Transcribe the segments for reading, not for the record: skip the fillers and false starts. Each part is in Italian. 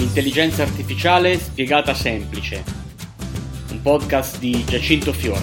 Intelligenza artificiale spiegata semplice, un podcast di Giacinto Fiore.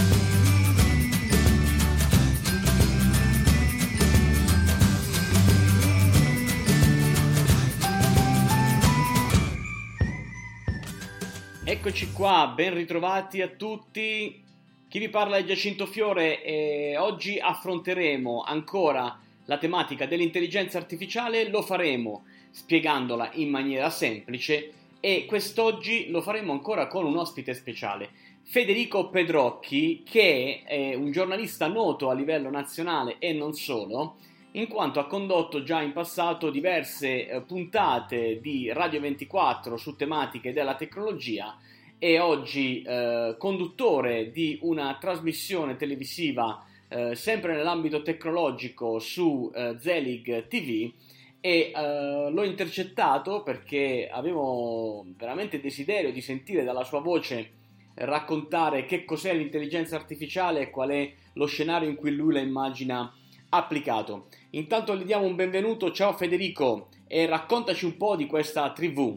Eccoci qua, ben ritrovati a tutti. Chi vi parla è Giacinto Fiore e oggi affronteremo ancora la tematica dell'intelligenza artificiale. Lo faremo spiegandola in maniera semplice e quest'oggi lo faremo ancora con un ospite speciale, Federico Pedrocchi, che è un giornalista noto a livello nazionale e non solo, in quanto ha condotto già in passato diverse puntate di Radio 24 su tematiche della tecnologia e oggi conduttore di una trasmissione televisiva sempre nell'ambito tecnologico su Zelig TV. E l'ho intercettato perché avevo veramente desiderio di sentire dalla sua voce raccontare che cos'è l'intelligenza artificiale e qual è lo scenario in cui lui la immagina applicato. Intanto gli diamo un benvenuto. Ciao Federico, e raccontaci un po' di questa TV.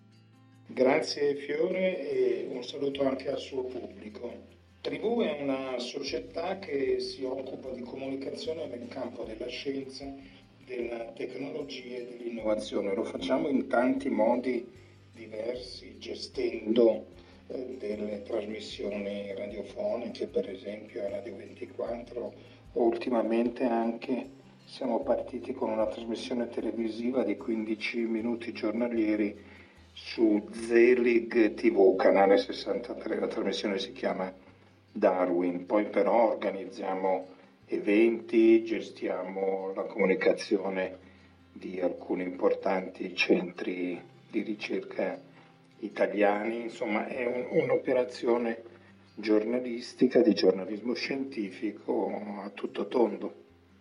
Grazie Fiore e un saluto anche al suo pubblico. Tribù è una società che si occupa di comunicazione nel campo della scienza, della tecnologia e dell'innovazione. Lo facciamo in tanti modi diversi, gestendo delle trasmissioni radiofoniche, per esempio a Radio 24, o ultimamente anche siamo partiti con una trasmissione televisiva di 15 minuti giornalieri su Zelig TV, canale 63. La trasmissione si chiama Darwin. Poi però organizziamo eventi, gestiamo la comunicazione di alcuni importanti centri di ricerca italiani. Insomma, è un'operazione giornalistica, di giornalismo scientifico a tutto tondo.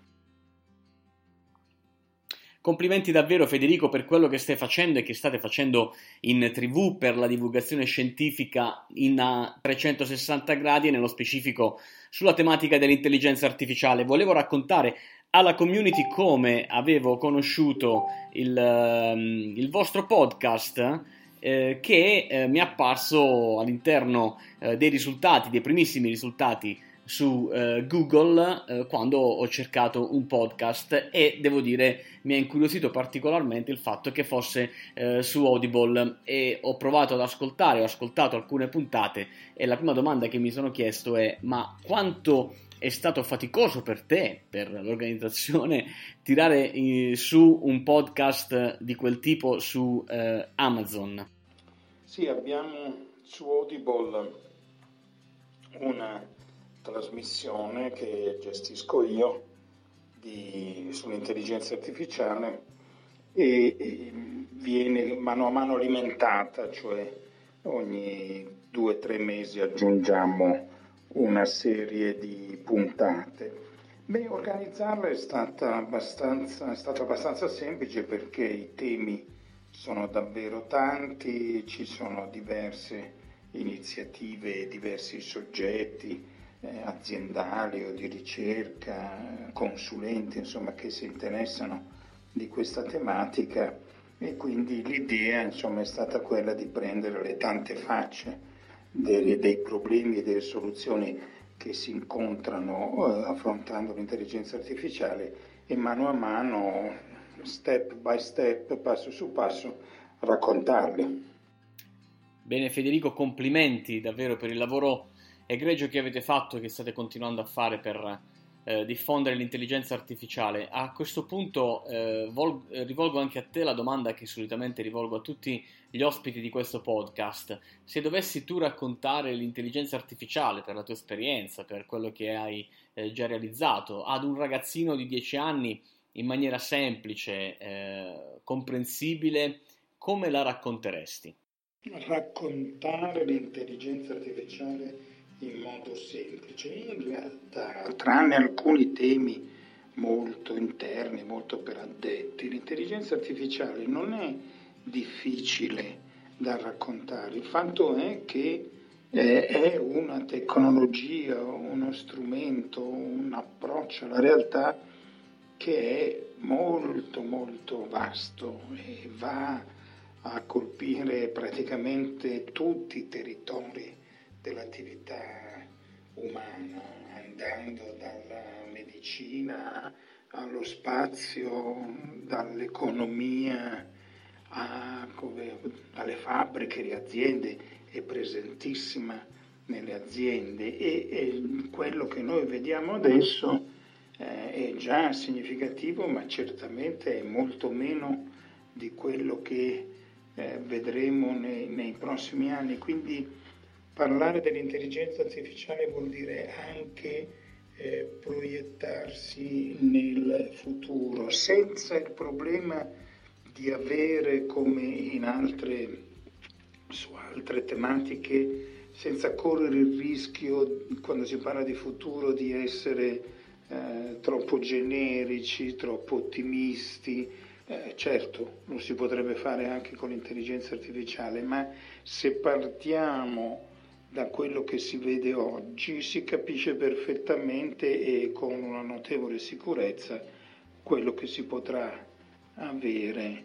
Complimenti davvero Federico per quello che stai facendo e che state facendo in TV per la divulgazione scientifica in 360 gradi e nello specifico sulla tematica dell'intelligenza artificiale. Volevo raccontare alla community come avevo conosciuto il vostro podcast che mi è apparso all'interno dei risultati, dei primissimi risultati su Google quando ho cercato un podcast, e devo dire mi ha incuriosito particolarmente il fatto che fosse su Audible, e ho provato ad ascoltare, ho ascoltato alcune puntate e la prima domanda che mi sono chiesto è: ma quanto è stato faticoso per te, per l'organizzazione, tirare su un podcast di quel tipo su Amazon? Sì, abbiamo su Audible una trasmissione che gestisco io sull'intelligenza artificiale e viene mano a mano alimentata, cioè ogni 2-3 mesi aggiungiamo una serie di puntate. Organizzarla è stato abbastanza semplice perché i temi sono davvero tanti, ci sono diverse iniziative, diversi soggetti aziendali o di ricerca, consulenti, insomma, che si interessano di questa tematica, e quindi l'idea, insomma, è stata quella di prendere le tante facce dei problemi e delle soluzioni che si incontrano affrontando l'intelligenza artificiale e mano a mano, step by step, passo su passo, raccontarli. Bene Federico, complimenti davvero per il lavoro egregio che avete fatto e che state continuando a fare per diffondere l'intelligenza artificiale. A questo punto rivolgo anche a te la domanda che solitamente rivolgo a tutti gli ospiti di questo podcast. Se dovessi tu raccontare l'intelligenza artificiale per la tua esperienza, per quello che hai già realizzato, ad un ragazzino di 10 anni in maniera semplice, comprensibile, come la racconteresti? Raccontare l'intelligenza artificiale in modo semplice. In realtà, tranne alcuni temi molto interni, molto per addetti, l'intelligenza artificiale non è difficile da raccontare. Il fatto è che è una tecnologia, uno strumento, un approccio alla realtà che è molto molto vasto e va a colpire praticamente tutti i territori dell'attività umana, andando dalla medicina allo spazio, dall'economia alle fabbriche, le aziende, è presentissima nelle aziende e quello che noi vediamo adesso è già significativo, ma certamente è molto meno di quello che vedremo nei prossimi anni. Quindi parlare dell'intelligenza artificiale vuol dire anche proiettarsi nel futuro, senza il problema di avere, come su altre tematiche, senza correre il rischio, quando si parla di futuro, di essere troppo generici, troppo ottimisti. Certo, lo si potrebbe fare anche con l'intelligenza artificiale, ma se partiamo da quello che si vede oggi, si capisce perfettamente e con una notevole sicurezza quello che si potrà avere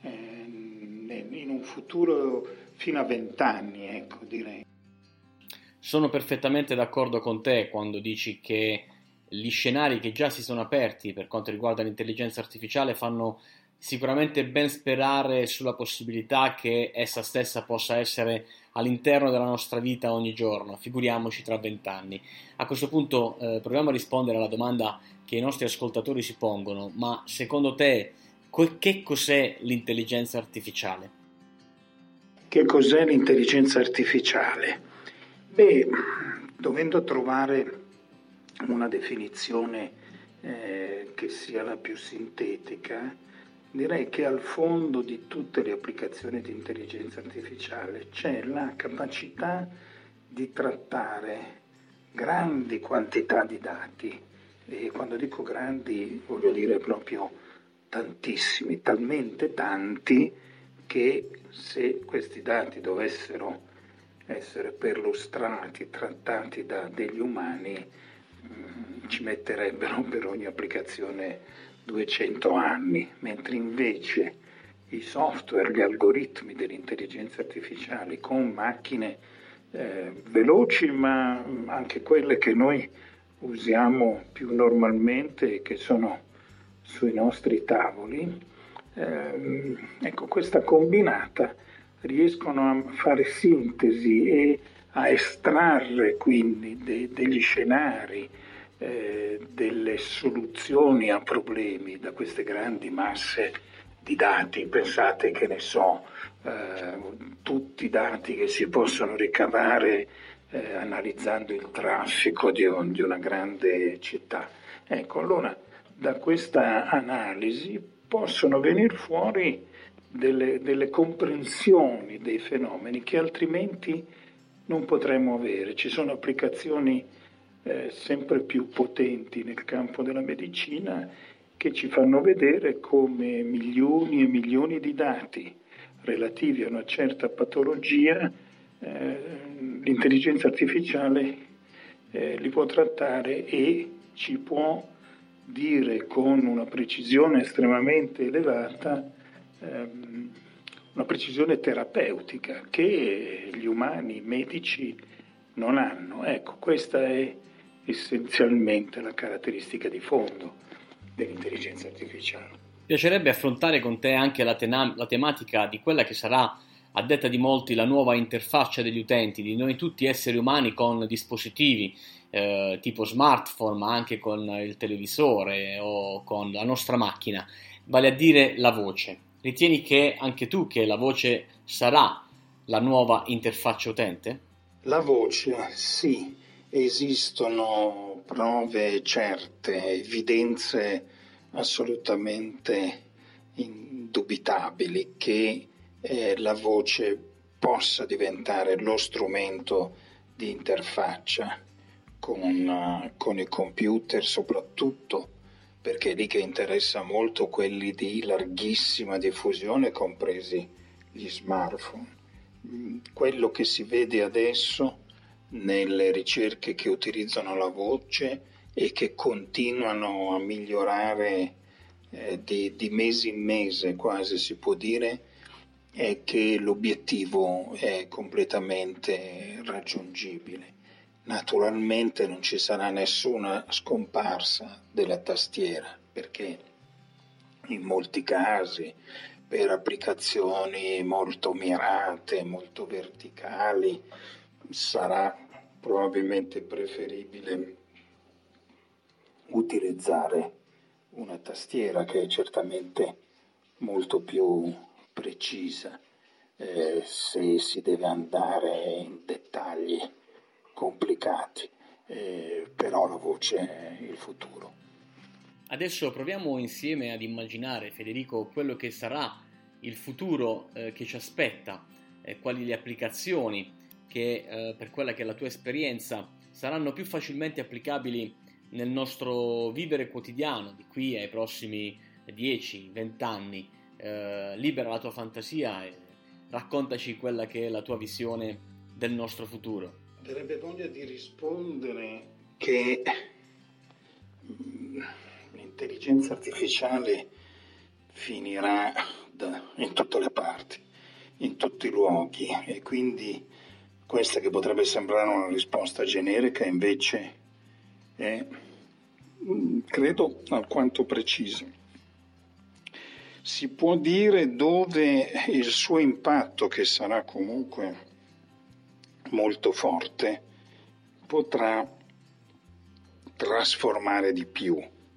in un futuro fino a 20 anni, ecco, direi. Sono perfettamente d'accordo con te quando dici che gli scenari che già si sono aperti per quanto riguarda l'intelligenza artificiale fanno sicuramente ben sperare sulla possibilità che essa stessa possa essere all'interno della nostra vita ogni giorno, figuriamoci tra 20 anni. A questo punto proviamo a rispondere alla domanda che i nostri ascoltatori si pongono, ma secondo te che cos'è l'intelligenza artificiale? Che cos'è l'intelligenza artificiale? Beh, dovendo trovare una definizione che sia la più sintetica, direi che al fondo di tutte le applicazioni di intelligenza artificiale c'è la capacità di trattare grandi quantità di dati, e quando dico grandi voglio dire proprio tantissimi, talmente tanti che se questi dati dovessero essere perlustrati, trattati da degli umani, ci metterebbero per ogni applicazione 200 anni, mentre invece i software, gli algoritmi dell'intelligenza artificiale con macchine veloci, ma anche quelle che noi usiamo più normalmente e che sono sui nostri tavoli, ecco, questa combinata riescono a fare sintesi e a estrarre quindi degli scenari, delle soluzioni a problemi da queste grandi masse di dati. Pensate, che ne so, tutti i dati che si possono ricavare analizzando il traffico di una grande città. Ecco, allora da questa analisi possono venire fuori delle comprensioni dei fenomeni che altrimenti non potremmo avere. Ci sono applicazioni sempre più potenti nel campo della medicina che ci fanno vedere come milioni e milioni di dati relativi a una certa patologia l'intelligenza artificiale li può trattare e ci può dire con una precisione estremamente elevata, una precisione terapeutica che gli umani medici non hanno. Ecco, questa è essenzialmente la caratteristica di fondo dell'intelligenza artificiale. Mi piacerebbe affrontare con te anche la tematica di quella che sarà, a detta di molti, la nuova interfaccia degli utenti, di noi tutti esseri umani con dispositivi tipo smartphone, ma anche con il televisore o con la nostra macchina, vale a dire la voce. Ritieni che anche tu che la voce sarà la nuova interfaccia utente? La voce, sì, esistono prove certe, evidenze assolutamente indubitabili che la voce possa diventare lo strumento di interfaccia con i computer, soprattutto perché è lì che interessa molto quelli di larghissima diffusione, compresi gli smartphone. Quello che si vede adesso nelle ricerche che utilizzano la voce e che continuano a migliorare di mese in mese, quasi si può dire, è che l'obiettivo è completamente raggiungibile. Naturalmente non ci sarà nessuna scomparsa della tastiera, perché in molti casi, per applicazioni molto mirate, molto verticali, sarà probabilmente preferibile utilizzare una tastiera che è certamente molto più precisa se si deve andare in dettagli complicati, però la voce è il futuro. Adesso proviamo insieme ad immaginare, Federico, quello che sarà il futuro che ci aspetta, quali le applicazioni che per quella che è la tua esperienza saranno più facilmente applicabili nel nostro vivere quotidiano di qui ai prossimi 10-20 anni. Libera la tua fantasia e raccontaci quella che è la tua visione del nostro futuro. Avrebbe voglia di rispondere che l'intelligenza artificiale finirà in tutte le parti, in tutti i luoghi, e quindi questa, che potrebbe sembrare una risposta generica, invece è, credo, alquanto precisa. Si può dire dove il suo impatto, che sarà comunque molto forte, potrà trasformare di più.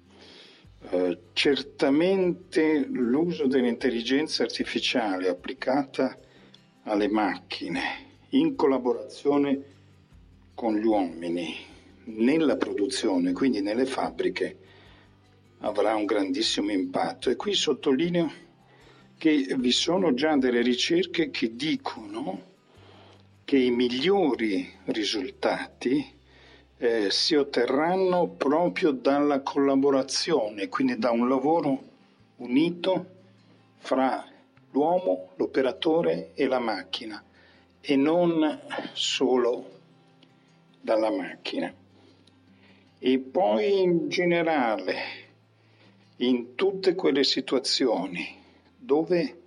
Certamente l'uso dell'intelligenza artificiale applicata alle macchine in collaborazione con gli uomini nella produzione, quindi nelle fabbriche, avrà un grandissimo impatto. E qui sottolineo che vi sono già delle ricerche che dicono che i migliori risultati si otterranno proprio dalla collaborazione, quindi da un lavoro unito fra l'uomo, l'operatore e la macchina, e non solo dalla macchina. E poi in generale, in tutte quelle situazioni dove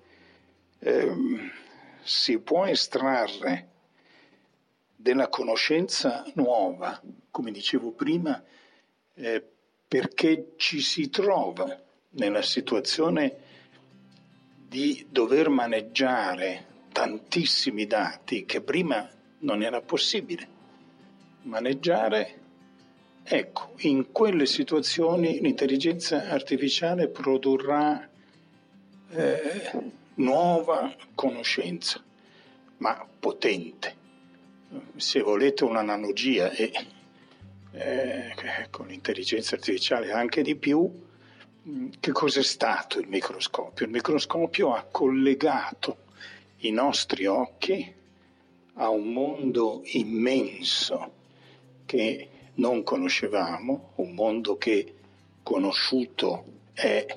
si può estrarre della conoscenza nuova, come dicevo prima, perché ci si trova nella situazione di dover maneggiare tantissimi dati che prima non era possibile maneggiare. Ecco, in quelle situazioni l'intelligenza artificiale produrrà nuova conoscenza, ma potente. Se volete un'analogia, con l'intelligenza artificiale anche di più, che cos'è stato il microscopio? Il microscopio ha collegato i nostri occhi a un mondo immenso che non conoscevamo, un mondo che conosciuto è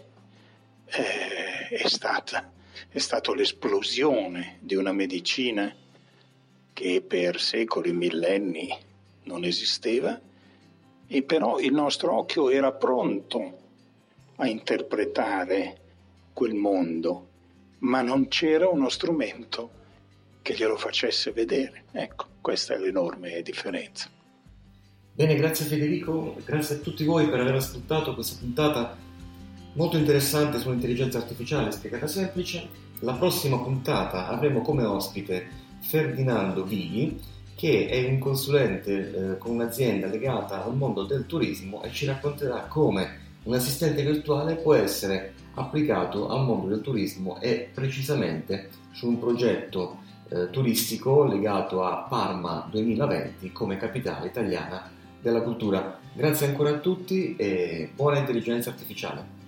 stato l'esplosione di una medicina che per secoli, millenni non esisteva, e però il nostro occhio era pronto a interpretare quel mondo, ma non c'era uno strumento che glielo facesse vedere. Ecco, questa è l'enorme differenza. Bene, grazie Federico, grazie a tutti voi per aver ascoltato questa puntata molto interessante sull'intelligenza artificiale spiegata semplice. La prossima puntata avremo come ospite Ferdinando Vighi, che è un consulente con un'azienda legata al mondo del turismo, e ci racconterà come un assistente virtuale può essere applicato al mondo del turismo, e precisamente su un progetto turistico legato a Parma 2020 come capitale italiana della cultura. Grazie ancora a tutti e buona intelligenza artificiale.